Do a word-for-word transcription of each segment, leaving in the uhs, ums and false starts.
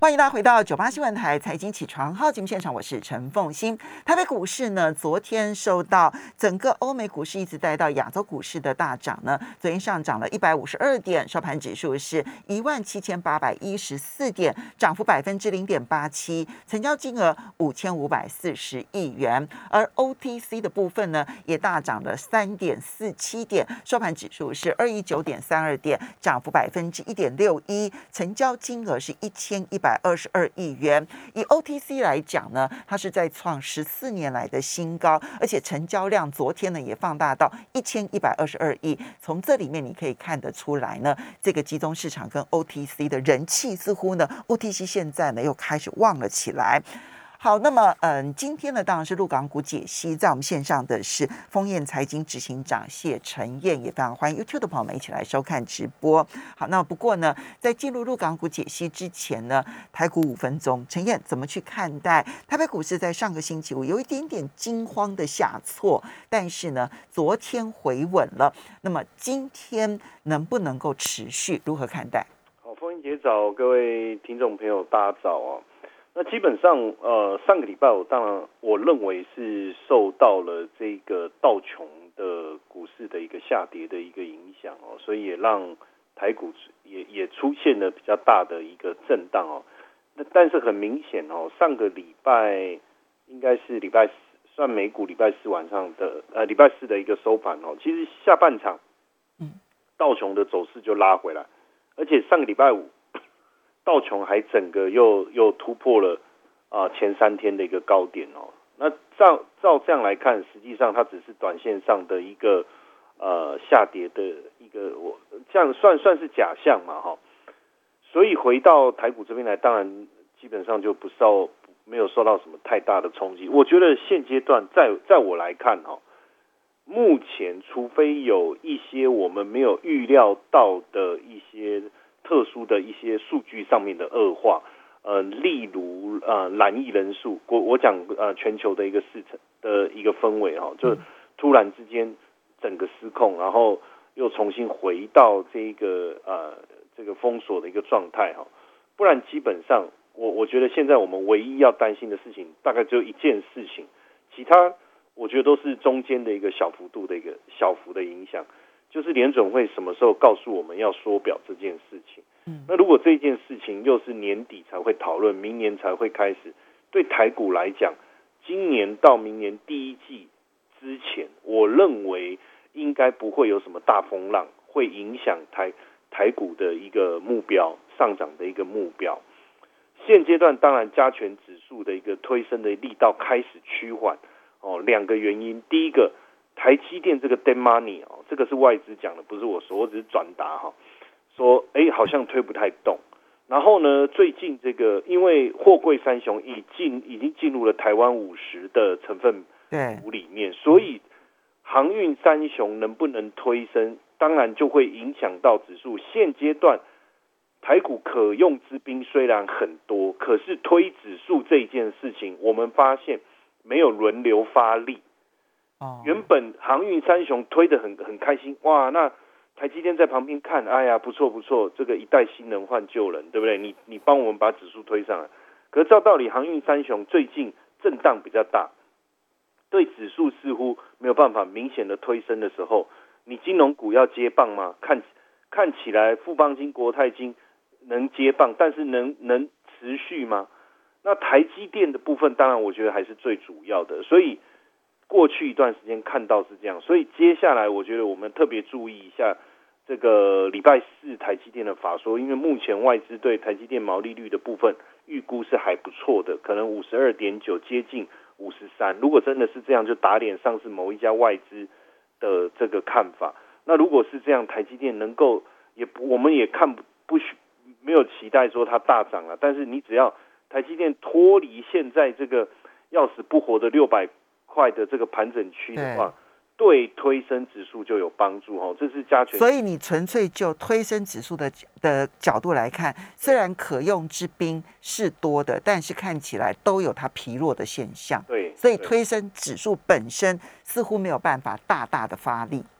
欢迎大家回到九八新闻台财经起床号节目现场，我是陈凤馨。台北股市呢，昨天受到整个欧美股市一直带到亚洲股市的大涨呢，昨天上涨了一百五十二点，收盘指数是一万七千八百一十四点，涨幅百分之零点八七，成交金额五千五百四十亿元。而 O T C 的部分呢，也大涨了三点四七点，收盘指数是二一九点三二点，涨幅百分之一点六一，成交金额是一千一百二十二亿元。以 O T C 来讲呢，它是在创十四年来的新高，而且成交量昨天呢也放大到一千一百二十二亿。从这里面你可以看得出来呢，这个集中市场跟 O T C 的人气似乎呢 O T C 现在呢又开始旺了起来。好，那么嗯，今天呢当然是陆港股解析，在我们线上的是丰燕财经执行长谢晨燕，也非常欢迎 YouTube 的朋友们一起来收看直播。好，那不过呢，在进入陆港股解析之前呢，台股五分钟，晨燕怎么去看待台北股市在上个星期五有一点点惊慌的下挫，但是呢，昨天回稳了。那么今天能不能够持续？如何看待？ 好，丰燕姐早，各位听众朋友，大家早啊。那基本上，呃，上个礼拜我当然我认为是受到了这个道琼的股市的一个下跌的一个影响哦，所以也让台股也也出现了比较大的一个震荡哦。那但是很明显哦，上个礼拜应该是礼拜四，算美股礼拜四晚上的呃礼拜四的一个收盘哦，其实下半场，嗯，道琼的走势就拉回来，而且上个礼拜五。道琼还整个又又突破了啊、呃、前三天的一个高点哦。那照照这样来看，实际上它只是短线上的一个呃下跌的一个，我这样算算是假象嘛哈。所以回到台股这边来，当然基本上就不受没有受到什么太大的冲击。我觉得现阶段在在我来看哈，目前除非有一些我们没有预料到的一些特殊的一些数据上面的恶化，呃，例如呃染疫人数，我我讲呃全球的一个市场的一个氛围哈，就突然之间整个失控，然后又重新回到这个呃这个封锁的一个状态哈，不然基本上我我觉得现在我们唯一要担心的事情大概只有一件事情，其他我觉得都是中间的一个小幅度的一个小幅的影响。就是联准会什么时候告诉我们要缩表这件事情，嗯，那如果这件事情又是年底才会讨论，明年才会开始，对台股来讲，今年到明年第一季之前，我认为应该不会有什么大风浪，会影响台台股的一个目标上涨的一个目标。现阶段当然加权指数的一个推升的力道开始趋缓，哦，两个原因，第一个。台积电这个 dead money 哦，这个是外资讲的，不是我说，我只是转达哈，说哎好像推不太动。然后呢，最近这个因为货柜三雄已进已经进入了台湾五十的成分股里面，所以航运三雄能不能推升，当然就会影响到指数。现阶段台股可用之兵虽然很多，可是推指数这件事情，我们发现没有轮流发力。原本航运三雄推得很很开心，哇，那台积电在旁边看，哎呀，不错不错，这个一代新人换旧人，对不对？你你帮我们把指数推上来。可是照道理，航运三雄最近震荡比较大，对指数似乎没有办法明显的推升的时候，你金融股要接棒吗？看看起来富邦金、国泰金能接棒，但是能能持续吗？那台积电的部分，当然我觉得还是最主要的，所以。过去一段时间看到是这样，所以接下来我觉得我们特别注意一下这个礼拜四台积电的法说，因为目前外资对台积电毛利率的部分预估是还不错的，可能 五十二点九 接近五十三，如果真的是这样，就打脸上次某一家外资的这个看法。那如果是这样，台积电能够也我们也看不不许没有期待说它大涨了，但是你只要台积电脱离现在这个要死不活的六百块的这个盘整区的话，对推升指数就有帮助哦。这是加权。 所以你纯粹就推升指数的的角度来看，虽然可用之兵是多的，但是看起来都有它疲弱的现象。 对， 所以推升指数本身似乎没有办法大大的发力。 对，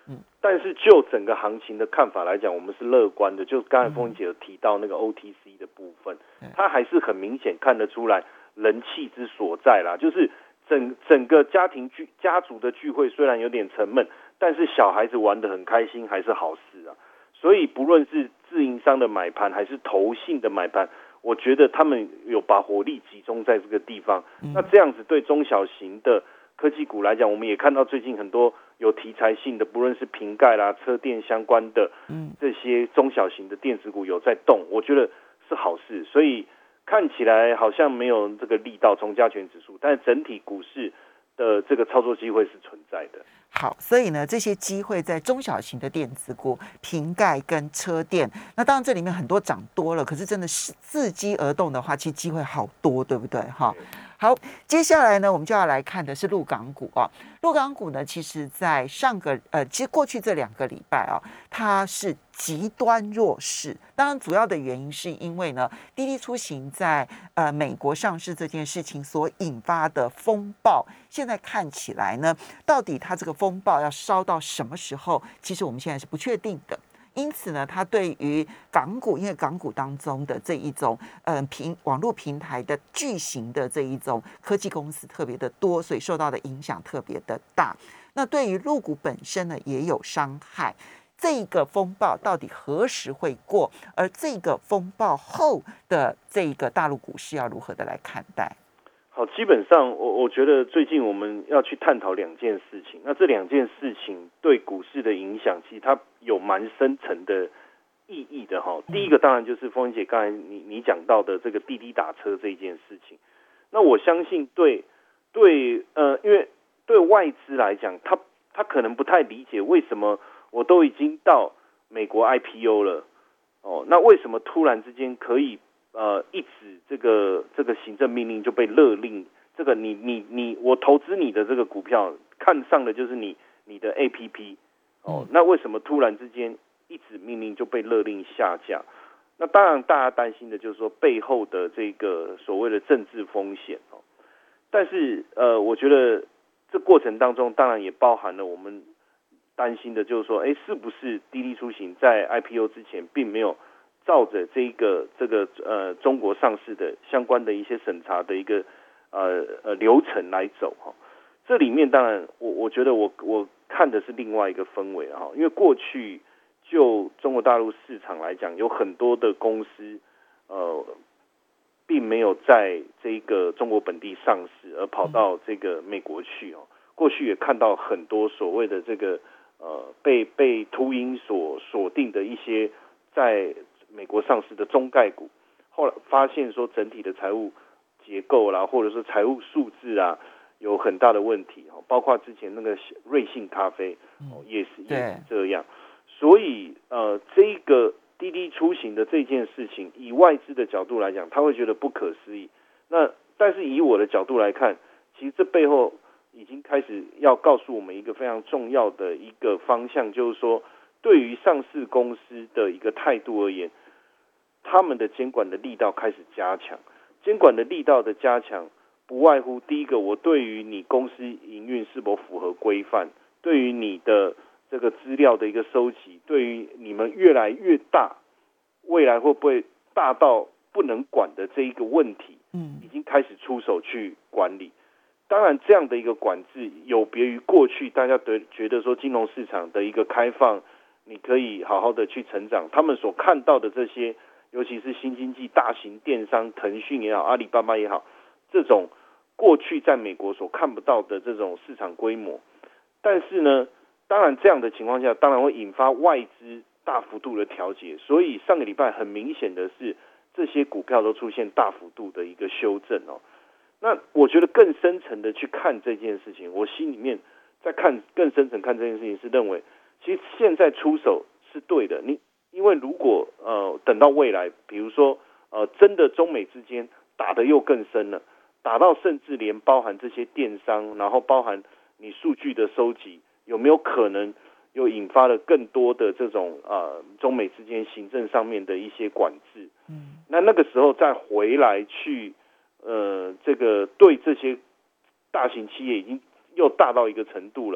嗯，但是就整个行情的看法来讲，我们是乐观的。就刚才凤姐有提到那个 O T C 的部分，嗯、它还是很明显看得出来人气之所在啦。就是整整个家庭聚家族的聚会虽然有点沉闷，但是小孩子玩得很开心，还是好事啊。所以不论是自营商的买盘还是投信的买盘，我觉得他们有把火力集中在这个地方。嗯、那这样子对中小型的科技股来讲，我们也看到最近很多有题材性的，不论是瓶盖啦、车电相关的，嗯，这些中小型的电子股有在动，我觉得是好事。所以看起来好像没有这个力道冲加权指数，但是整体股市的这个操作机会是存在的。 好，所以呢，这些机会在中小型的电子股、瓶盖跟车电。那当然这里面很多涨多了，可是真的是伺机而动的话，其实机会好多，对不对？哈。好，接下来呢，我们就要来看的是陆港股啊。陆港股呢，其实在上个呃，其实过去这两个礼拜啊，它是极端弱势。当然，主要的原因是因为呢，滴滴出行在呃美国上市这件事情所引发的风暴，现在看起来呢，到底它这个风暴要烧到什么时候，其实我们现在是不确定的。因此呢，它对于港股，因为港股当中的这一种呃平网络平台的巨型的这一种科技公司特别的多，所以受到的影响特别的大。那对于陆股本身呢，也有伤害。这个风暴到底何时会过？而这个风暴后的这个大陆股市要如何的来看待？ 好，基本上我我觉得最近我们要去探讨两件事情，那这两件事情对股市的影响，其实它有蛮深层的意义的哈。第一个当然就是凤姐刚才你你讲到的这个滴滴打车这件事情，那我相信对对呃，因为对外资来讲，他他可能不太理解为什么我都已经到美国 I P O 了哦，那为什么突然之间可以？呃，一纸这个这个行政命令就被勒令，这个你你你我投资你的这个股票，看上的就是你你的 A P P 哦，那为什么突然之间一纸命令就被勒令下架？那当然大家担心的就是说背后的这个所谓的政治风险哦，但是呃，我觉得这过程当中当然也包含了我们担心的就是说，哎，是不是滴滴出行在 I P O 之前并没有照着这个这个呃中国上市的相关的一些审查的一个呃呃流程来走哈，这里面当然我我觉得我我看的是另外一个氛围哈，因为过去就中国大陆市场来讲，有很多的公司呃并没有在这个中国本地上市，而跑到这个美国去哦。过去也看到很多所谓的这个呃被被秃鹰所锁定的一些在美国上市的中概股，后来发现说整体的财务结构啦，或者是财务数字啊，有很大的问题，包括之前那个瑞幸咖啡，哦，也是也是这样。所以呃，这个滴滴出行的这件事情，以外资的角度来讲，他会觉得不可思议。那但是以我的角度来看，其实这背后已经开始要告诉我们一个非常重要的一个方向，就是说，对于上市公司的一个态度而言，他们的监管的力道开始加强。监管的力道的加强，不外乎第一个，我对于你公司营运是否符合规范，对于你的这个资料的一个收集，对于你们越来越大，未来会不会大到不能管的这一个问题，嗯，已经开始出手去管理。当然，这样的一个管制有别于过去大家觉得说金融市场的一个开放，你可以好好的去成长。他们所看到的这些，尤其是新经济大型电商，腾讯也好，阿里巴巴也好，这种过去在美国所看不到的这种市场规模。但是呢，当然这样的情况下，当然会引发外资大幅度的调节。所以上个礼拜很明显的是，这些股票都出现大幅度的一个修正哦。那我觉得更深层的去看这件事情，我心里面在看更深层看这件事情是认为，其实现在出手是对的。你因为如果呃等到未来，比如说呃真的中美之间打得又更深了，打到甚至连包含这些电商，然后包含你数据的收集，有没有可能又引发了更多的这种呃中美之间行政上面的一些管制？嗯，那那个时候再回来去。呃，这个对这些大型企业已经又大到一个程度了，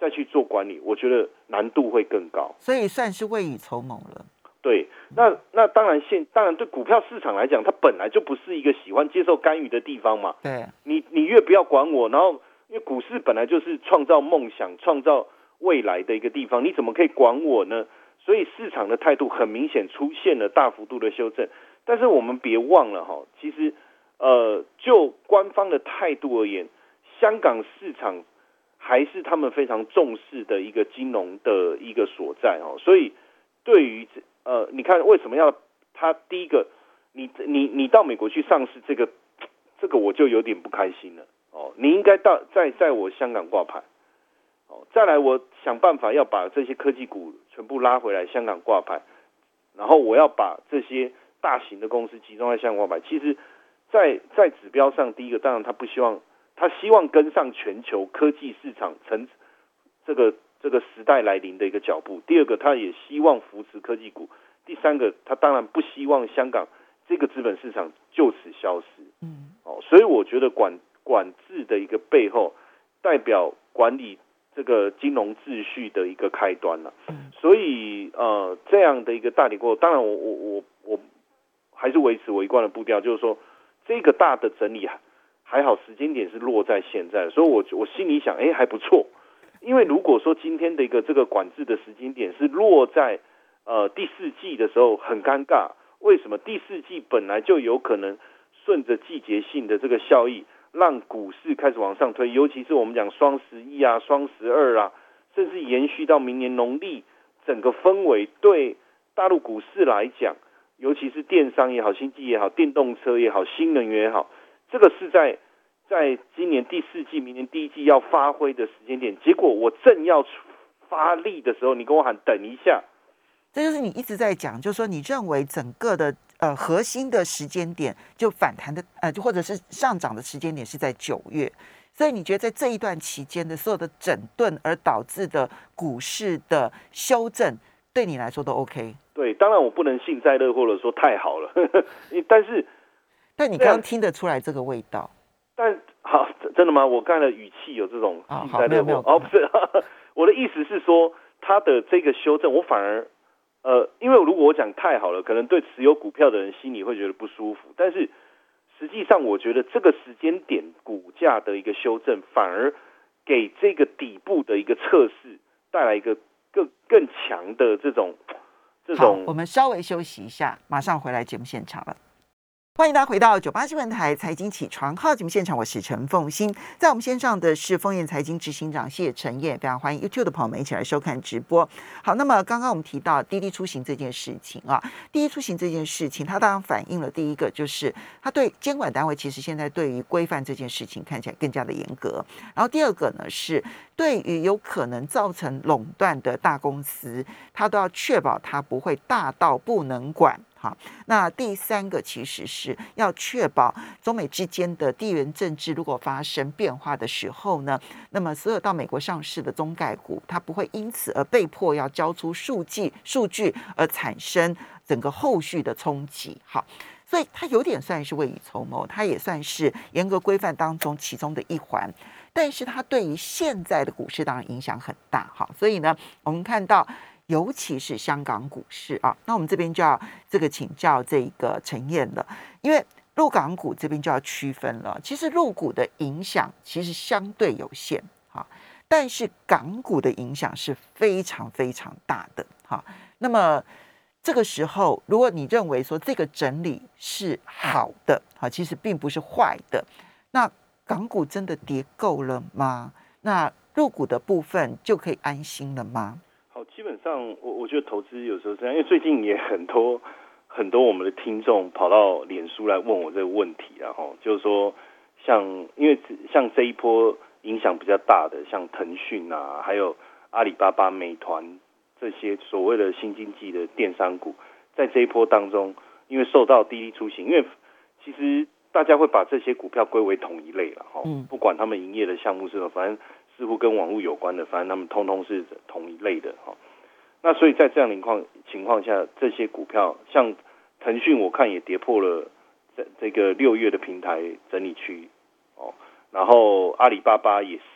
再去做管理，我觉得难度会更高。 所以算是未雨绸缪了。 对，那那当然现当然对股票市场来讲，它本来就不是一个喜欢接受干预的地方嘛。 对， 你你越不要管我，然后因为股市本来就是创造梦想、创造未来的一个地方，你怎么可以管我呢？所以市场的态度很明显出现了大幅度的修正。但是我们别忘了哈，其实呃，就官方的态度而言，香港市场还是他们非常重视的一个金融的一个所在哦。所以对于呃，你看为什么要他第一个，你你你到美国去上市，这个这个我就有点不开心了哦。你应该到在在我香港挂牌哦，再来我想办法要把这些科技股全部拉回来香港挂牌，然后我要把这些大型的公司集中在香港挂牌。其实在，在在指标上，第一个当然他不希望，他希望跟上全球科技市场成这个。这个时代来临的一个脚步。第二个，他也希望扶持科技股。第三个，他当然不希望香港这个资本市场就此消失。嗯，哦，所以我觉得管管制的一个背后，代表管理这个金融秩序的一个开端了。嗯，所以呃，这样的一个大底过后，当然我我我我还是维持我一贯的步调，就是说这个大的整理还好，时间点是落在现在，所以我我心里想，哎，还不错。因为如果说今天的一个这个管制的时间点是落在呃第四季的时候，很尴尬。为什么？第四季本来就有可能顺着季节性的这个效益，让股市开始往上推，尤其是我们讲双十一啊、双十二啊，甚至延续到明年农历，整个氛围对大陆股市来讲，尤其是电商也好、经济也好、电动车也好、新能源也好，这个是在。在今年第四季、明年第一季要发挥的时间点，结果我正要发力的时候，你跟我喊等一下， 这就是你一直在讲，就是说你认为整个的呃核心的时间点就反弹的呃，就或者是上涨的时间点是在九月，所以你觉得在这一段期间的所有的整顿而导致的股市的修正，对你来说都 OK？ 对，当然我不能幸灾乐祸的说太好了，呵呵，但是但你刚刚听得出来这个味道。 但好，真的吗？我刚才的语气有这种幸灾乐祸哦，不是，我的意思是说，他的这个修正，我反而呃，因为如果我讲太好了，可能对持有股票的人心里会觉得不舒服。但是实际上，我觉得这个时间点股价的一个修正，反而给这个底部的一个测试带来一个更更强的这种这种。 好，我们稍微休息一下，马上回来节目现场了。欢迎大家回到九八新闻台财经起床号节目现场，我是陈凤馨。在我们线上的是丰彦财经执行长谢晨彦，非常欢迎 YouTube 的朋友们一起来收看直播。好，那么刚刚我们提到滴滴出行这件事情啊，滴滴出行这件事情，它当然反映了第一个就是它对监管单位其实现在对于规范这件事情看起来更加的严格，然后第二个呢是对于有可能造成垄断的大公司，它都要确保它不会大到不能管。好，那第三个其实是要确保中美之间的地缘政治如果发生变化的时候呢，那么所有到美国上市的中概股，它不会因此而被迫要交出数据数据而产生整个后续的冲击。好，所以它有点算是未雨绸缪，它也算是严格规范当中其中的一环，但是它对于现在的股市当然影响很大。好，所以呢，我们看到。尤其是香港股市啊，那我们这边就要这个请教这个陈彦了，因为陆港股这边就要区分了。其实陆股的影响其实相对有限啊，但是港股的影响是非常非常大的哈。那么这个时候，如果你认为说这个整理是好的啊，其实并不是坏的，那港股真的跌够了吗？那陆股的部分就可以安心了吗？ 好，基本上我我觉得投资有时候这样，因为最近也很多很多我们的听众跑到脸书来问我这个问题，然后就是说像因为像这一波影响比较大的，像腾讯啊，还有阿里巴巴、美团这些所谓的新经济的电商股，在这一波当中，因为受到滴滴出行，因为其实大家会把这些股票归为同一类了，哈，不管他们营业的项目是什么，反正。似乎跟网络有关的，反正他们通通是同一类的哈。那所以在这样的情况情况下，这些股票像腾讯，我看也跌破了这这个六月的平台整理区哦。然后阿里巴巴也是，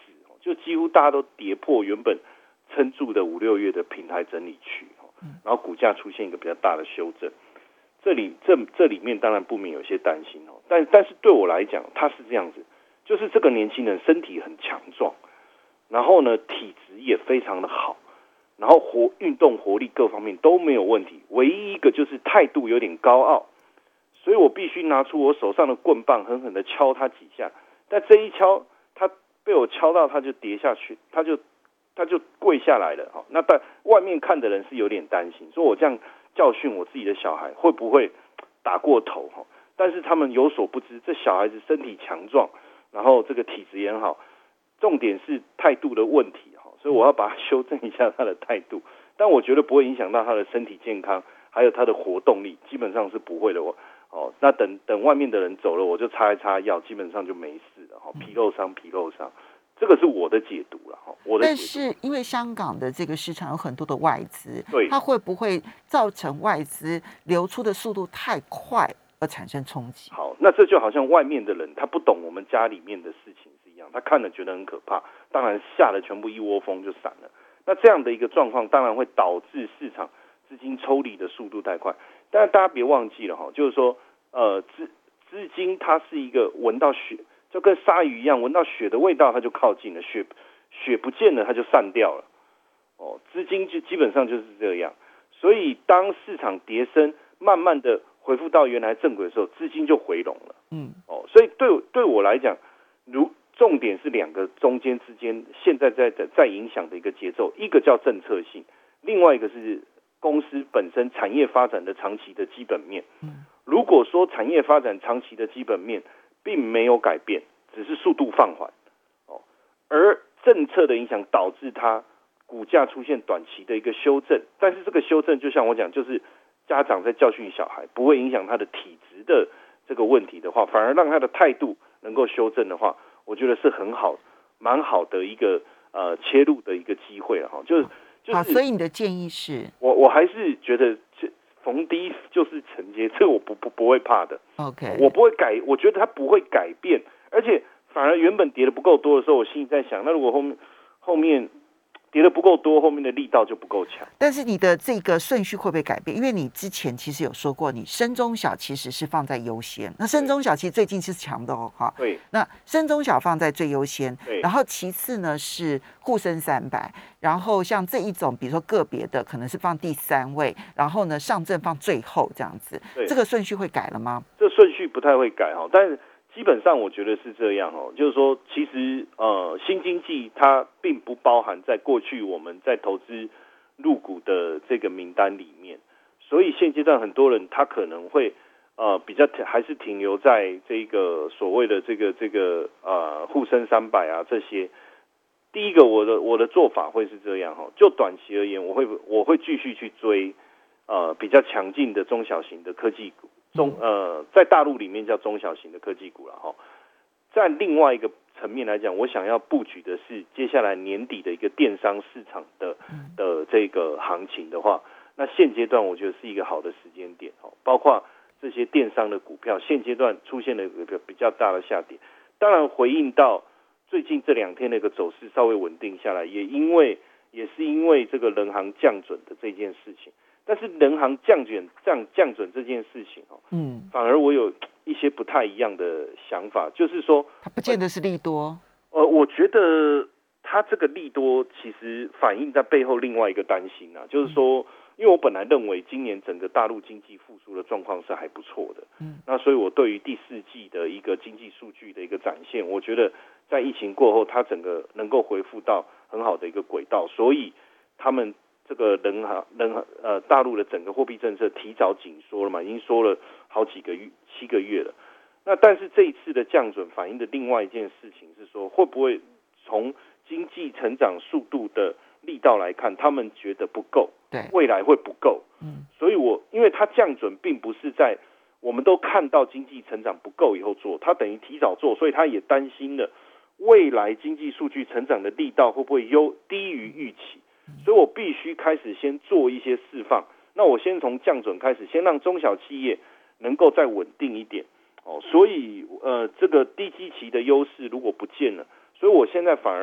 就几乎大家都跌破原本撑住的五六月的平台整理区，然后股价出现一个比较大的修正。这里这这里面当然不免有些担心哦，但但是对我来讲，他是这样子，就是这个年轻人身体很强壮，然后呢体质也非常的好，然后活运动活力各方面都没有问题，唯一一个就是态度有点高傲，所以我必须拿出我手上的棍棒狠狠的敲他几下，但这一敲他被我敲到他就跌下去，他就他就跪下来了。那但外面看的人是有点担心，说我这样教训我自己的小孩会不会打过头，但是他们有所不知，这小孩子身体强壮，然后这个体质也很好，重点是态度的问题，所以我要把它修正一下他的态度，但我觉得不会影响到他的身体健康，还有他的活动力，基本上是不会的。我哦，那等等外面的人走了，我就擦一擦药，基本上就没事了。皮肉伤，皮肉伤。这个是我的解读了，我的解读。 但是因为香港的这个市场有很多的外资， 对， 它会不会造成外资流出的速度太快而产生冲击？ 好，那这就好像外面的人他不懂我们家里面的事情是一样，他看了觉得很可怕，当然吓得全部一窝蜂就散了。那这样的一个状况，当然会导致市场资金抽离的速度太快。但是大家别忘记了哈，就是说，呃，资资金它是一个闻到血。就跟鲨鱼一样，闻到血的味道，它就靠近了；血血不见了，它就散掉了。哦，资金就基本上就是这样。所以当市场跌升，慢慢的恢复到原来正轨的时候，资金就回笼了。嗯，哦，所以对对我来讲，如重点是两个中间之间现在在在影响的一个节奏，一个叫政策性，另外一个是公司本身产业发展的长期的基本面。嗯，如果说产业发展长期的基本面并没有改变，只是速度放缓，哦，而政策的影响导致它股价出现短期的一个修正，但是这个修正就像我讲，就是家长在教训小孩，不会影响他的体质的这个问题的话，反而让他的态度能够修正的话，我觉得是很好、蛮好的一个呃切入的一个机会了哈。就是就是， 好，所以你的建议是， 我我还是觉得逢低就是承接，这个我不不不会怕的。 OK， 我不会改，我觉得它不会改变，而且反而原本跌的不够多的时候，我心里在想，那如果后面后面跌的不够多，后面的力道就不够强。 但是你的这个顺序会不会改变？因为你之前其实有说过，你深中小其实是放在优先。那深中小其实最近是强的哦，哈。 对。 那深中小放在最优先， 对。 然后其次呢是沪深三百，然后像这一种，比如说个别的可能是放第三位，然后呢上证放最后这样子。这个顺序会改了吗？ 这顺序不太会改哈，但是基本上我觉得是这样哦，就是说，其实呃，新经济它并不包含在过去我们在投资入股的这个名单里面，所以现阶段很多人他可能会呃比较还是停留在这个所谓的这个这个呃沪深三百啊这些。第一个，我的我的做法会是这样哈，就短期而言，我会我会继续去追呃比较强劲的中小型的科技股。中呃，在大陆里面叫中小型的科技股了哈。在另外一个层面来讲，我想要布局的是接下来年底的一个电商市场的的这个行情的话，那现阶段我觉得是一个好的时间点哦。包括这些电商的股票，现阶段出现了一个比较大的下跌，当然回应到最近这两天的一个走势稍微稳定下来，也因为也是因为这个人行降准的这件事情。但是人行降准降降准这件事情哦，嗯，反而我有一些不太一样的想法，就是说， 它不见得是利多。 呃，我觉得它这个利多其实反映在背后另外一个担心啊，就是说，因为我本来认为今年整个大陆经济复苏的状况是还不错的，嗯，那所以我对于第四季的一个经济数据的一个展现，我觉得在疫情过后，它整个能够恢复到很好的一个轨道，所以他们。这个人行人行呃大陆的整个货币政策提早紧缩了嘛，已经缩了好几个月七个月了。那但是这一次的降准反映的另外一件事情是说，会不会从经济成长速度的力道来看，他们觉得不够， 对， 未来会不够。嗯，所以我因为它降准并不是在我们都看到经济成长不够以后做，它等于提早做，所以他也担心了未来经济数据成长的力道会不会优低于预期。所以我必须开始先做一些释放，那我先从降准开始，先让中小企业能够再稳定一点哦。所以呃，这个低基期的优势如果不见了，所以我现在反而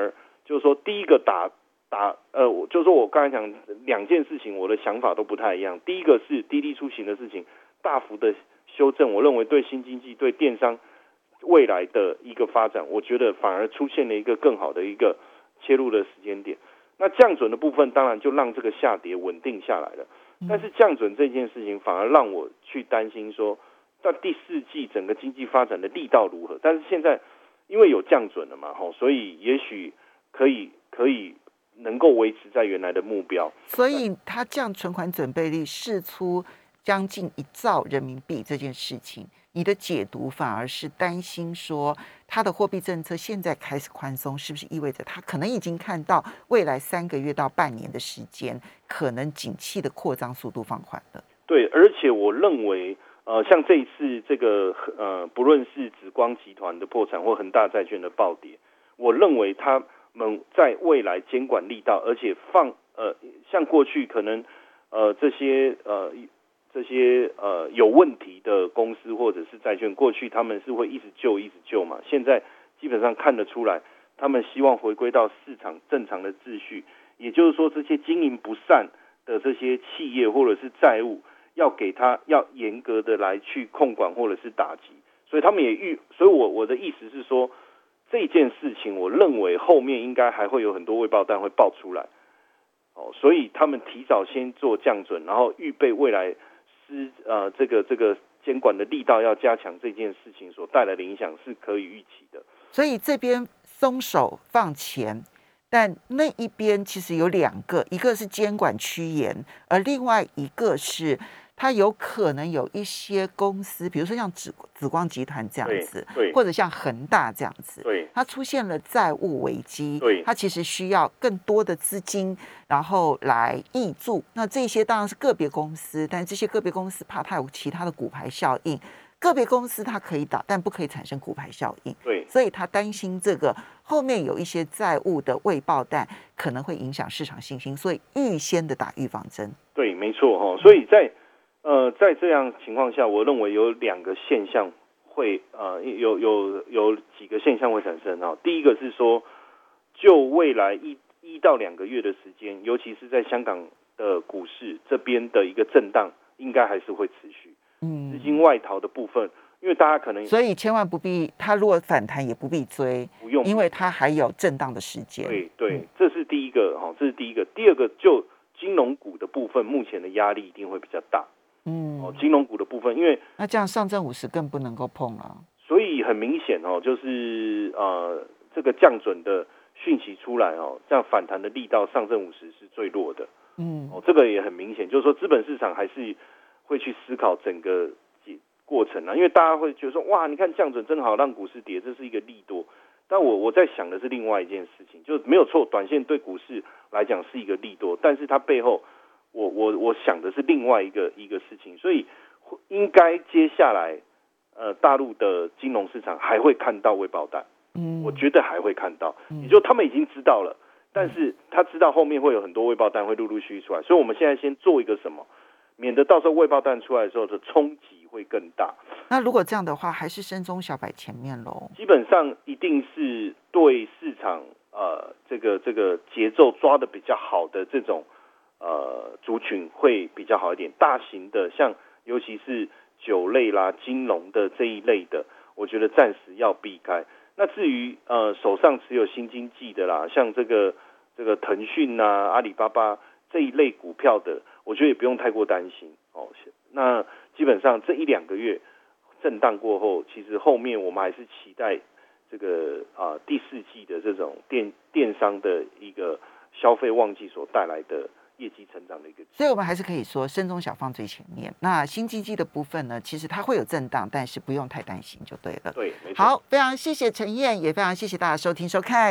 就是说第一个打打呃，就是说我刚才讲两件事情，我的想法都不太一样。第一个是滴滴出行的事情大幅的修正，我认为对新经济、对电商未来的一个发展，我觉得反而出现了一个更好的一个切入的时间点。那降准的部分当然就让这个下跌稳定下来了，但是降准这件事情反而让我去担心说，在第四季整个经济发展的力道如何？但是现在因为有降准了嘛，所以也许可以可以能够维持在原来的目标。 所以它降存款准备率释出将近一兆人民币这件事情，你的解读反而是担心说，它的货币政策现在开始宽松，是不是意味着它可能已经看到未来三个月到半年的时间，可能景气的扩张速度放缓了？ 对，而且我认为，呃，像这一次这个呃，不论是紫光集团的破产或恒大债券的暴跌，我认为他们在未来监管力道，而且放呃，像过去可能呃这些呃。这些呃有问题的公司或者是债券，过去他们是会一直救一直救嘛，现在基本上看得出来，他们希望回归到市场正常的秩序，也就是说这些经营不善的这些企业或者是债务，要给他要严格的来去控管或者是打击，所以他们也预，所以我我的意思是说，这件事情我认为后面应该还会有很多未爆弹会爆出来，哦，所以他们提早先做降准，然后预备未来。呃，这个这个监管的力道要加强，这件事情所带来的影响是可以预期的。 所以这边松手放钱，但那一边其实有两个，一个是监管趋严，而另外一个是它有可能有一些公司，比如说像紫紫光集团这样子，或者像恒大这样子， 对， 它出现了债务危机， 对， 它其实需要更多的资金，然后来挹注。那这些当然是个别公司，但这些个别公司怕它有其他的骨牌效应。个别公司它可以打，但不可以产生骨牌效应。 对， 所以他担心这个后面有一些债务的未爆弹可能会影响市场信心，所以预先的打预防针。 对，没错哈。所以在呃在这样情况下，我认为有两个现象会呃有有有几个现象会产生哈。第一个是说，就未来一一到两个月的时间，尤其是在香港的股市这边的一个震荡，应该还是会持续。资金外逃的部分，因为大家可能所以千万不必，它如果反弹也不必追， 不用， 因为它还有震荡的时间。 对对，嗯、这是第一个哈，这是第一个。第二个，就金融股的部分，目前的压力一定会比较大。嗯，哦，金融股的部分，因为那这样上证五十更不能够碰了。 所以很明显哦，就是呃，这个降准的讯息出来哦，这样反弹的力道，上证五十是最弱的。嗯，哦，这个也很明显，就是说资本市场还是会去思考整个过程啊，因为大家会觉得说，哇，你看降准真好，让股市跌，这是一个利多。但我我在想的是另外一件事情，就没有错，短线对股市来讲是一个利多，但是它背后，我我我想的是另外一个一个事情，所以应该接下来，呃，大陆的金融市场还会看到未爆弹，嗯，我觉得还会看到，也就他们已经知道了，但是他知道后面会有很多未爆弹会陆陆续续出来，所以我们现在先做一个什么？免得到时候未爆弹出来的时候的冲击会更大。 那如果这样的话，还是深中小摆前面喽。 基本上一定是对市场呃这个这个节奏抓的比较好的这种呃族群会比较好一点。大型的像尤其是酒类啦、金融的这一类的，我觉得暂时要避开。那至于呃手上持有新经济的啦，像这个这个腾讯啊、阿里巴巴这一类股票的，我觉得也不用太过担心哦。那基本上这一两个月震荡过后，其实后面我们还是期待这个啊、呃、第四季的这种电电商的一个消费旺季所带来的业绩成长的一个。 所以我们还是可以说深中小放最前面。那新经济的部分呢，其实它会有震荡，但是不用太担心就对了。 对，没错。 好，非常谢谢陈燕，也非常谢谢大家收听收看。